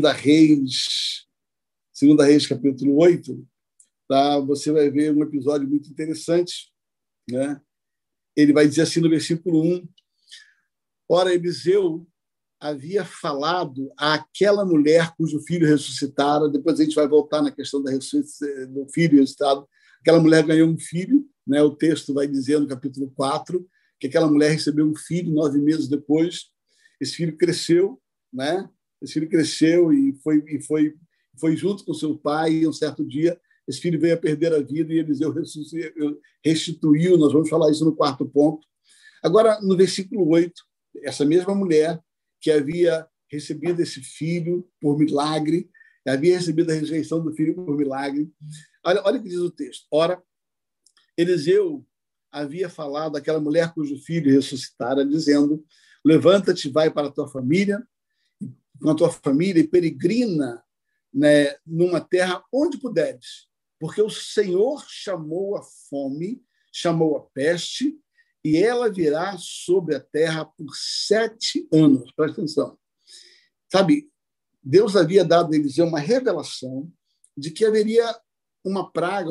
Reis, capítulo 8, tá? Você vai ver um episódio muito interessante, né? Ele vai dizer assim no versículo 1, ora, Eliseu havia falado àquela mulher cujo filho ressuscitara, depois a gente vai voltar na questão do filho ressuscitado, aquela mulher ganhou um filho, né? O texto vai dizer no capítulo 4 que aquela mulher recebeu um filho 9 meses depois, esse filho cresceu, né? Esse filho cresceu e foi junto com seu pai, e um certo dia esse filho veio a perder a vida e Eliseu restituiu, nós vamos falar isso no quarto ponto. Agora, no versículo 8, essa mesma mulher que havia recebido esse filho por milagre, havia recebido a ressurreição do filho por milagre. Olha o que diz o texto. Ora, Eliseu havia falado àquela mulher cujo filho ressuscitara, dizendo, levanta-te, vai para a tua família, com a tua família, e peregrina, né, numa terra onde puderes, porque o Senhor chamou a fome, chamou a peste, e ela virá sobre a terra por 7 anos. Presta atenção. Sabe, Deus havia dado a Eliseu uma revelação de que haveria uma praga,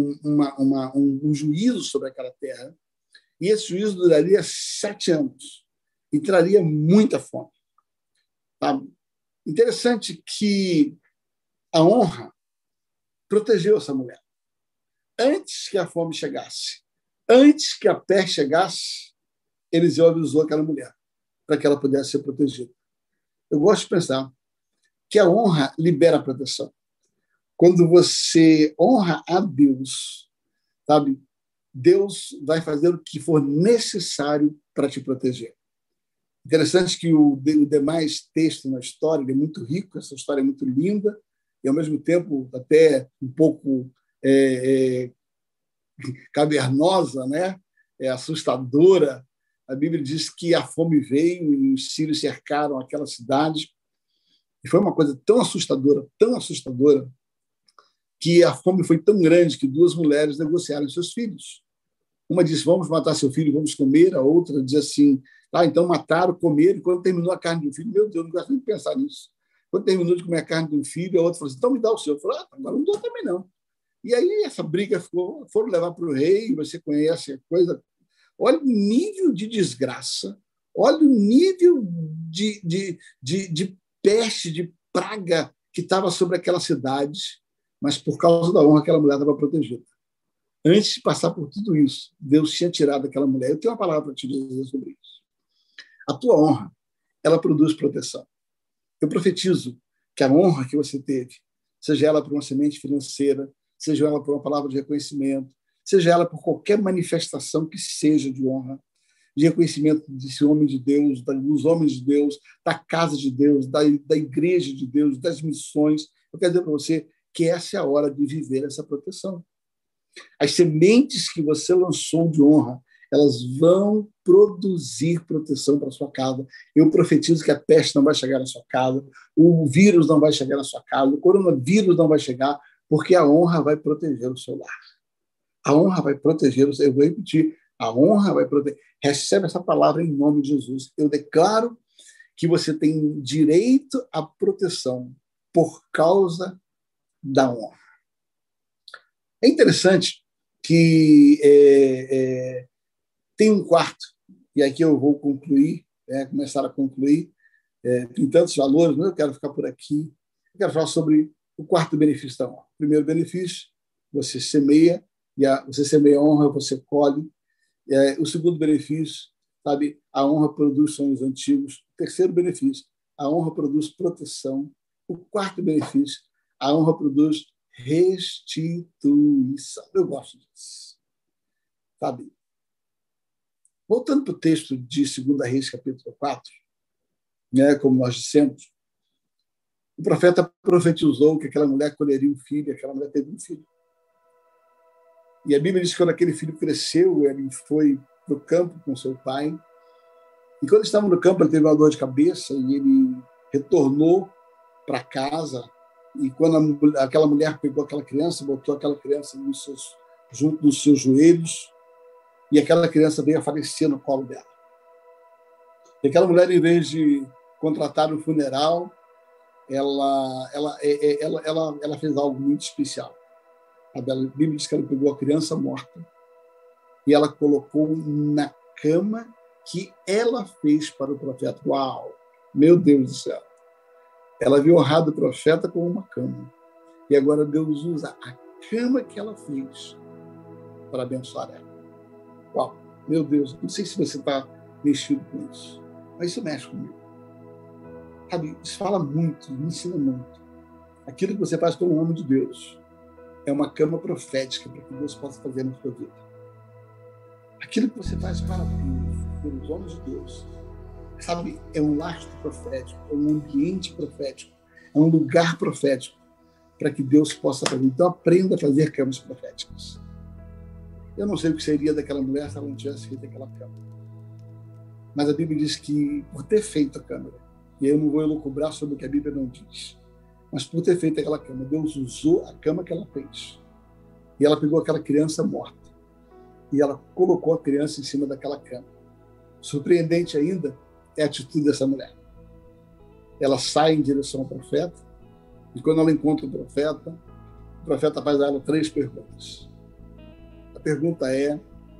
um juízo sobre aquela terra, e esse juízo duraria 7 anos e traria muita fome. Sabe? Interessante que a honra protegeu essa mulher. Antes que a fome chegasse, antes que a peste chegasse, Eliseu avisou aquela mulher para que ela pudesse ser protegida. Eu gosto de pensar que a honra libera a proteção. Quando você honra a Deus, sabe, Deus vai fazer o que for necessário para te proteger. Interessante que o demais texto na história é muito rico, essa história é muito linda, e, ao mesmo tempo, até um pouco cavernosa, né? Assustadora. A Bíblia diz que a fome veio e os sírios cercaram aquela cidade. E foi uma coisa tão assustadora, que a fome foi tão grande que 2 mulheres negociaram seus filhos. Uma disse, vamos matar seu filho, vamos comer. A outra diz assim, então mataram, comeram, e quando terminou a carne do filho, meu Deus, não gosto nem de pensar nisso. Quando terminou de comer a carne do filho, a outra falou assim, então me dá o seu. Eu falei, agora não dou também não. E aí essa briga ficou, foram levar para o rei, você conhece a coisa. Olha o nível de desgraça, olha o nível de peste, de praga que estava sobre aquela cidade, mas por causa da honra, aquela mulher estava protegida. Antes de passar por tudo isso, Deus tinha tirado aquela mulher. Eu tenho uma palavra para te dizer sobre isso. A tua honra, ela produz proteção. Eu profetizo que a honra que você teve, seja ela por uma semente financeira, seja ela por uma palavra de reconhecimento, seja ela por qualquer manifestação que seja de honra, de reconhecimento desse homem de Deus, dos homens de Deus, da casa de Deus, da igreja de Deus, das missões. Eu quero dizer para você que essa é a hora de viver essa proteção. As sementes que você lançou de honra, elas vão produzir proteção para a sua casa. Eu profetizo que a peste não vai chegar na sua casa, o vírus não vai chegar na sua casa, o coronavírus não vai chegar, porque a honra vai proteger o seu lar. A honra vai proteger o seu... Eu vou repetir, a honra vai proteger. Recebe essa palavra em nome de Jesus. Eu declaro que você tem direito à proteção por causa da honra. É interessante que tem um quarto, e aqui eu vou concluir, começar a concluir, tem tantos valores, mas eu quero ficar por aqui. Eu quero falar sobre o quarto benefício da honra. Primeiro benefício, você semeia você semeia honra, você colhe. O segundo benefício, sabe, a honra produz sonhos antigos. O terceiro benefício, a honra produz proteção. O quarto benefício, a honra produz restituição. Eu gosto disso. Sabe? Voltando para o texto de 2 Reis, capítulo 4, né, como nós dissemos, o profeta profetizou que aquela mulher colheria um filho, aquela mulher teve um filho. E a Bíblia diz que quando aquele filho cresceu, ele foi para o campo com seu pai. E quando estava no campo, ele teve uma dor de cabeça e ele retornou para casa. E quando aquela mulher pegou aquela criança, botou aquela criança junto dos seus joelhos, e aquela criança veio a falecer no colo dela. E aquela mulher, em vez de contratar um funeral, ela fez algo muito especial. A Bíblia diz que ela pegou a criança morta e ela colocou na cama que ela fez para o profeta. Uau! Meu Deus do céu! Ela havia honrado o profeta com uma cama. E agora Deus usa a cama que ela fez para abençoar ela. Uau! Meu Deus! Não sei se você está mexido com isso, mas isso mexe comigo. Sabe, isso fala muito, me ensina muito. Aquilo que você faz como homem de Deus é uma cama profética para que Deus possa fazer na sua vida. Aquilo que você faz para Deus, pelos homens de Deus, sabe, é um lastro profético, é um ambiente profético, é um lugar profético para que Deus possa fazer. Então, aprenda a fazer camas proféticas. Eu não sei o que seria daquela mulher se ela não tivesse feito aquela cama. Mas a Bíblia diz que, por ter feito a cama, e eu não vou elucubrar sobre o que a Bíblia não diz, mas por ter feito aquela cama, Deus usou a cama que ela fez. E ela pegou aquela criança morta e ela colocou a criança em cima daquela cama. Surpreendente ainda é a atitude dessa mulher. Ela sai em direção ao profeta e quando ela encontra o profeta faz a ela 3 perguntas. A pergunta é: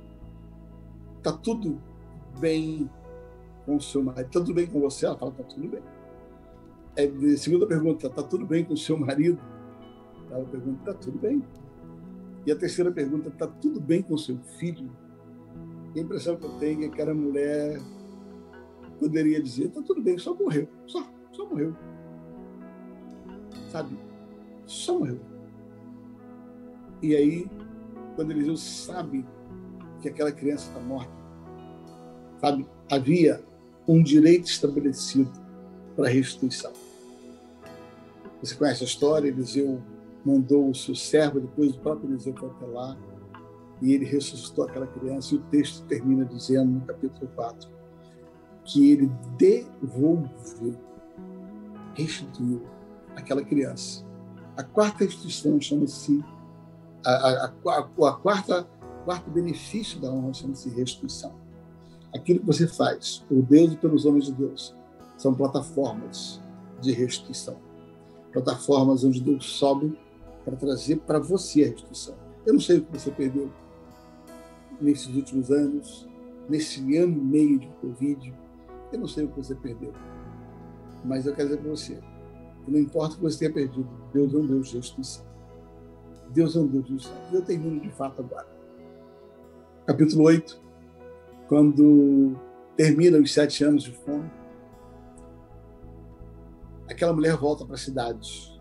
está tudo bem com o seu marido? Está tudo bem com você? Ela fala: está tudo bem. A segunda pergunta: está tudo bem com o seu marido? Ela pergunta: está tudo bem. E a terceira pergunta: está tudo bem com o seu filho? E a impressão que eu tenho é que aquela mulher poderia dizer: está tudo bem, só morreu. Só morreu. Sabe? Só morreu. E aí, quando Eliseu sabe que aquela criança está morta, sabe? Havia um direito estabelecido para a restituição. Você conhece a história? Eliseu mandou o seu servo, depois o próprio Eliseu foi até lá, e ele ressuscitou aquela criança, e o texto termina dizendo, no capítulo 4, que ele devolveu, restituiu aquela criança. A quarta restituição chama-se, quarto benefício da honra chama-se restituição. Aquilo que você faz por Deus e pelos homens de Deus são plataformas de restituição. Plataformas onde Deus sobe para trazer para você a restituição. Eu não sei o que você perdeu nesses últimos anos, nesse ano e meio de Covid. Eu não sei o que você perdeu. Mas eu quero dizer para você que não importa o que você tenha perdido, Deus é um Deus de restituição. Deus é um Deus de restituição. E eu termino de fato agora. Capítulo 8. Quando terminam os 7 anos de fome, aquela mulher volta para a cidade.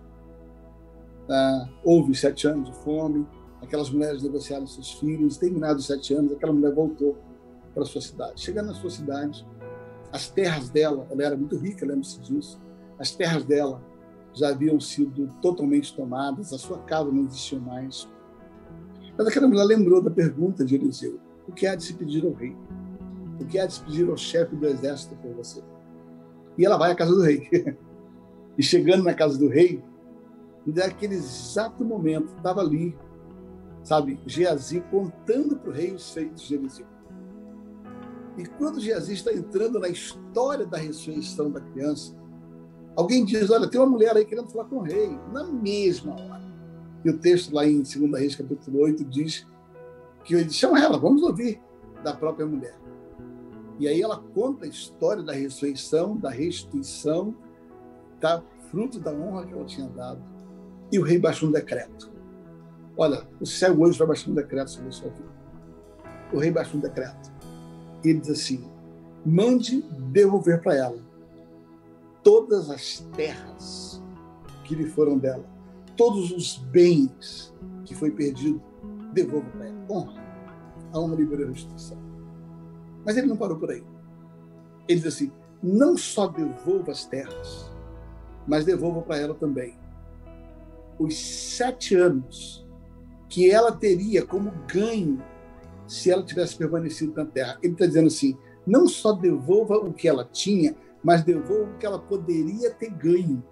Houve 7 anos de fome, aquelas mulheres negociaram seus filhos, terminados os 7 anos, aquela mulher voltou para a sua cidade. Chegando na sua cidade, as terras dela, ela era muito rica, lembre-se disso, as terras dela já haviam sido totalmente tomadas, a sua casa não existia mais. Mas aquela mulher lembrou da pergunta de Eliseu: o que há de se pedir ao rei? O que há de se pedir ao chefe do exército por você? E ela vai à casa do rei. E chegando na casa do rei, naquele exato momento, estava ali, sabe, Geazi contando para o rei os feitos de Eliseu. E quando Geazi está entrando na história da ressurreição da criança, alguém diz: olha, tem uma mulher aí querendo falar com o rei, na mesma hora. E o texto lá em 2 Reis, capítulo 8, diz que ele chama ela, vamos ouvir, da própria mulher. E aí ela conta a história da ressurreição, da restituição, da fruto da honra que ela tinha dado. E o rei baixou um decreto. olha, o céu hoje vai baixar um decreto sobre a sua vida. O rei baixa um decreto. E ele diz assim, mande devolver para ela todas as terras que lhe foram dela, todos os bens que foi perdido, devolva para ela. Honra. A honra libera a restituição. Mas ele não parou por aí. Ele diz assim, não só devolva as terras, mas devolva para ela também os 7 anos que ela teria como ganho se ela tivesse permanecido na terra. Ele está dizendo assim, não só devolva o que ela tinha, mas devolva o que ela poderia ter ganho.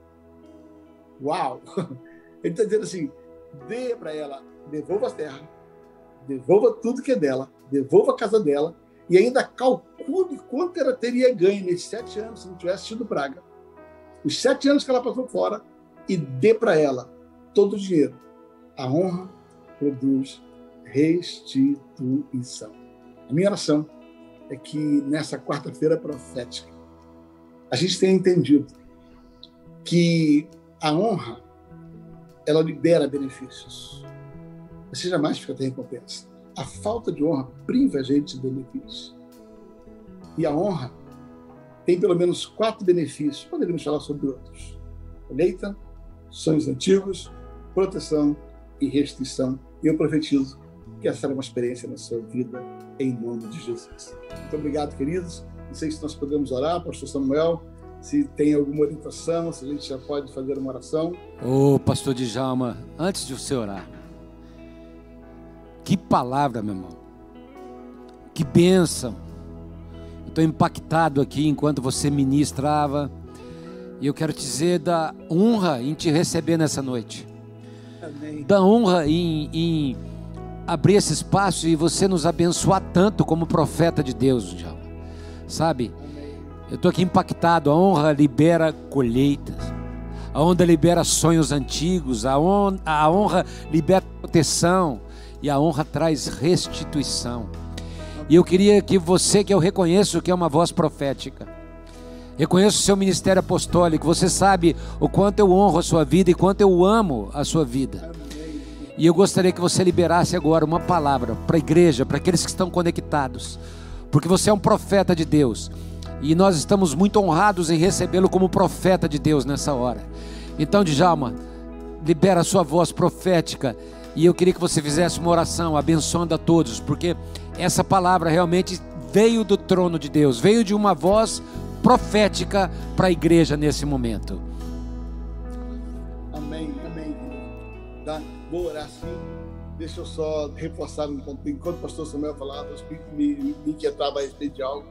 Uau! Ele está dizendo assim, dê para ela, devolva as terras, devolva tudo que é dela, devolva a casa dela e ainda calcule quanto ela teria ganho nesses 7 anos se não tivesse tido praga. Os 7 anos que ela passou fora e dê para ela todo o dinheiro. A honra produz restituição. A minha oração é que nessa quarta-feira profética a gente tenha entendido que a honra ela libera benefícios. Você jamais fica sem recompensa. A falta de honra priva a gente de benefícios. E a honra tem pelo menos 4 benefícios. Poderíamos falar sobre outros. Colheita, sonhos antigos, proteção e restituição. E eu profetizo que essa será uma experiência na sua vida, em nome de Jesus. Muito obrigado, queridos. Não sei se nós podemos orar, pastor Samuel, se tem alguma orientação, se a gente já pode fazer uma oração. Ô, pastor Djalma, antes de você orar, que palavra, meu irmão. Que bênção. Eu estou impactado aqui enquanto você ministrava. E eu quero te dizer da honra em te receber nessa noite. Amém. Da honra em abrir esse espaço e você nos abençoar tanto como profeta de Deus, Djalma. Sabe? Amém. Eu estou aqui impactado. A honra libera colheitas. A honra libera sonhos antigos. A honra libera proteção. E a honra traz restituição. E eu queria que você, que eu reconheço que é uma voz profética, reconheço o seu ministério apostólico, você sabe o quanto eu honro a sua vida e quanto eu amo a sua vida. E eu gostaria que você liberasse agora uma palavra para a igreja, para aqueles que estão conectados, porque você é um profeta de Deus. E nós estamos muito honrados em recebê-lo como profeta de Deus nessa hora. Então, Djalma, libera a sua voz profética. E eu queria que você fizesse uma oração abençoando a todos, porque essa palavra realmente veio do trono de Deus, veio de uma voz profética para a igreja nesse momento. Amém, amém. Tá? Vou orar sim. Deixa eu só reforçar enquanto o pastor Samuel falava, o Espírito me inquietava a respeito de algo.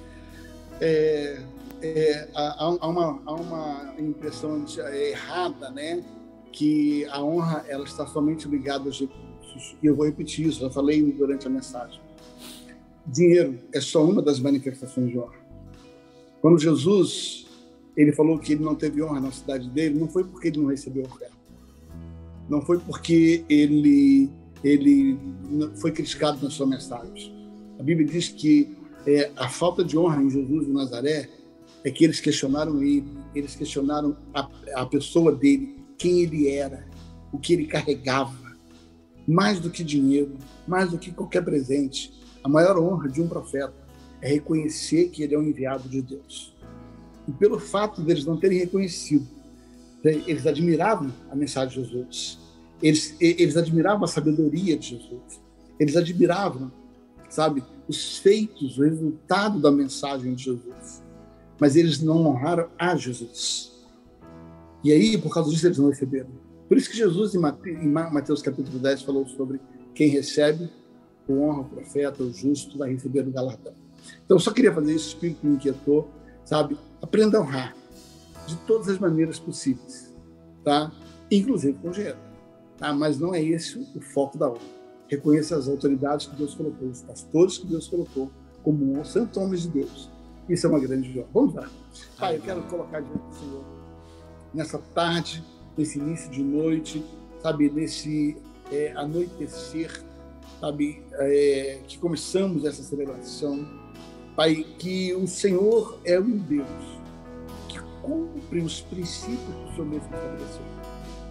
Há uma impressão errada, né? Que a honra ela está somente ligada aos recursos. E eu vou repetir isso, já falei durante a mensagem. Dinheiro é só uma das manifestações de honra. Quando Jesus ele falou que ele não teve honra na cidade dele, não foi porque ele não recebeu oferta. Não foi porque ele foi criticado na sua mensagem. A Bíblia diz que a falta de honra em Jesus de Nazaré é que eles questionaram ele, eles questionaram a pessoa dele, quem ele era, o que ele carregava. Mais do que dinheiro, mais do que qualquer presente, a maior honra de um profeta é reconhecer que ele é um enviado de Deus. E pelo fato deles não terem reconhecido, eles admiravam a mensagem de Jesus, eles admiravam a sabedoria de Jesus, eles admiravam, sabe, os feitos, o resultado da mensagem de Jesus, mas eles não honraram a Jesus. E aí, por causa disso, eles não receberam. Por isso que Jesus, em Mateus capítulo 10, falou sobre quem recebe, o honra o profeta, o justo, vai receber o galardão. Então, eu só queria fazer isso, o Espírito me inquietou, sabe? Aprenda a honrar de todas as maneiras possíveis, tá? Inclusive com dinheiro, tá? Mas não é esse o foco da honra. Reconheça as autoridades que Deus colocou, os pastores que Deus colocou como santos homens de Deus. Isso é uma grande honra. Vamos lá. Pai, eu quero colocar diante do Senhor nessa tarde, nesse início de noite, sabe, nesse anoitecer, sabe, que começamos essa celebração, Pai, que o Senhor é um Deus que cumpre os princípios que o Senhor mesmo estabeleceu.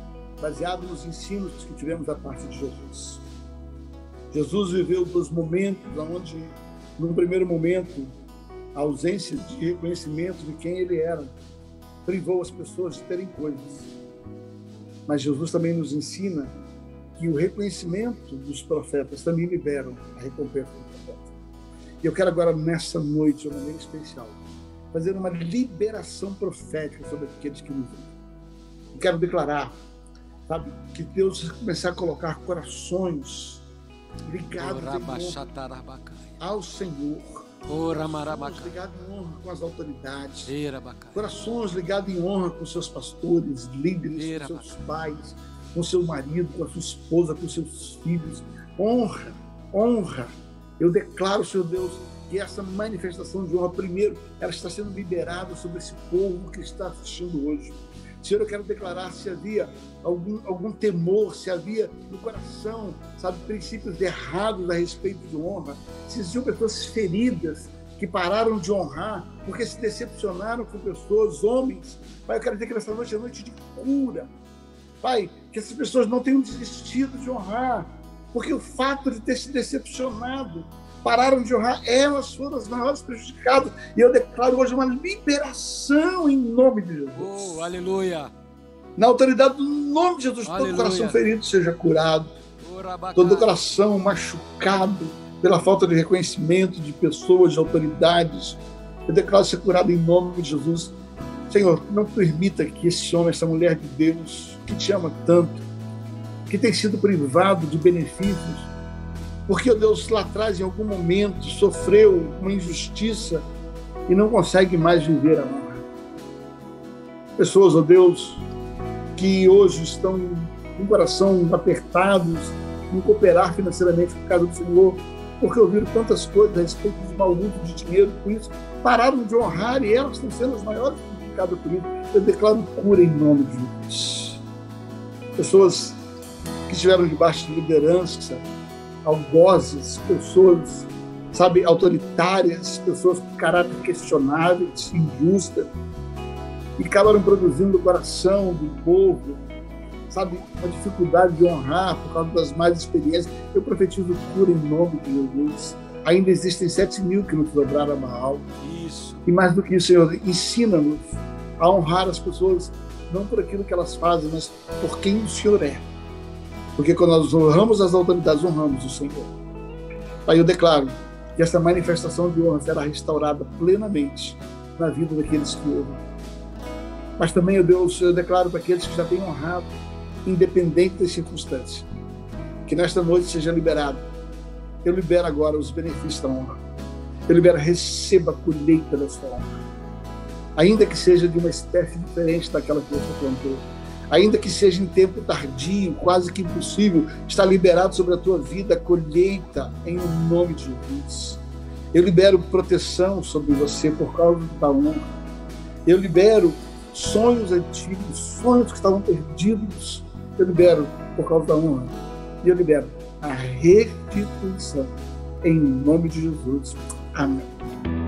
baseado nos ensinos que tivemos da parte de Jesus. Jesus viveu dos momentos onde, num primeiro momento, a ausência de reconhecimento de quem ele era privou as pessoas de terem coisas. Mas Jesus também nos ensina que o reconhecimento dos profetas também liberam a recompensa dos profetas. E eu quero agora, nessa noite, de uma maneira especial, fazer uma liberação profética sobre aqueles que nos ouvem. Eu quero declarar, sabe, que Deus vai começar a colocar corações ligados ao Senhor, corações ligados em honra com as autoridades, corações ligados em honra com seus pastores, líderes, com seus pais, com seu marido, com a sua esposa, com seus filhos. Honra, honra. Eu declaro, Senhor Deus, que essa manifestação de honra, primeiro, ela está sendo liberada sobre esse povo que está assistindo hoje. Senhor, eu quero declarar se havia algum temor, se havia no coração, sabe, princípios errados a respeito de honra, se existiam pessoas feridas que pararam de honrar porque se decepcionaram com pessoas, homens. Pai, eu quero dizer que nessa noite é noite de cura. Pai, que essas pessoas não tenham desistido de honrar, porque o fato de ter se decepcionado, pararam de honrar, elas foram as maiores prejudicadas. E eu declaro hoje uma liberação em nome de Jesus. Aleluia! Na autoridade do nome de Jesus, todo coração ferido seja curado, todo coração machucado pela falta de reconhecimento de pessoas, de autoridades, eu declaro ser curado em nome de Jesus. Senhor, não permita que esse homem, essa mulher de Deus, que te ama tanto, que tem sido privado de benefícios, porque, ó Deus, lá atrás, em algum momento, sofreu uma injustiça e não consegue mais viver a honra. Pessoas, ó Deus, que hoje estão com o coração apertados em cooperar financeiramente com a casa do Senhor, porque ouviram tantas coisas a respeito do mau uso de dinheiro, por isso pararam de honrar e elas estão sendo as maiores prejudicadas por isso. Eu declaro cura em nome de Jesus. Pessoas que estiveram debaixo de liderança, algozes, pessoas, sabe, autoritárias, pessoas com caráter questionáveis, injustas, e acabaram produzindo o coração do povo, sabe, uma dificuldade de honrar por causa das más experiências. Eu profetizo cura em nome de Jesus. Ainda existem 7.000 que não se dobraram a Baal. Isso. E mais do que isso, Senhor, ensina-nos a honrar as pessoas, não por aquilo que elas fazem, mas por quem o Senhor é. Porque quando nós honramos as autoridades, honramos o Senhor. Pai, eu declaro que essa manifestação de honra será restaurada plenamente na vida daqueles que ouvem. Mas também, ó Deus, eu declaro para aqueles que já têm honrado, independente das circunstâncias, que nesta noite seja liberado. Eu libero agora os benefícios da honra. Eu libero, receba a colheita da sua honra. Ainda que seja de uma espécie diferente daquela que você plantou. Ainda que seja em tempo tardio, quase que impossível, está liberado sobre a tua vida a colheita em nome de Jesus. Eu libero proteção sobre você por causa da honra. Eu libero sonhos antigos, sonhos que estavam perdidos. Eu libero por causa da honra. E eu libero a restituição em nome de Jesus. Amém.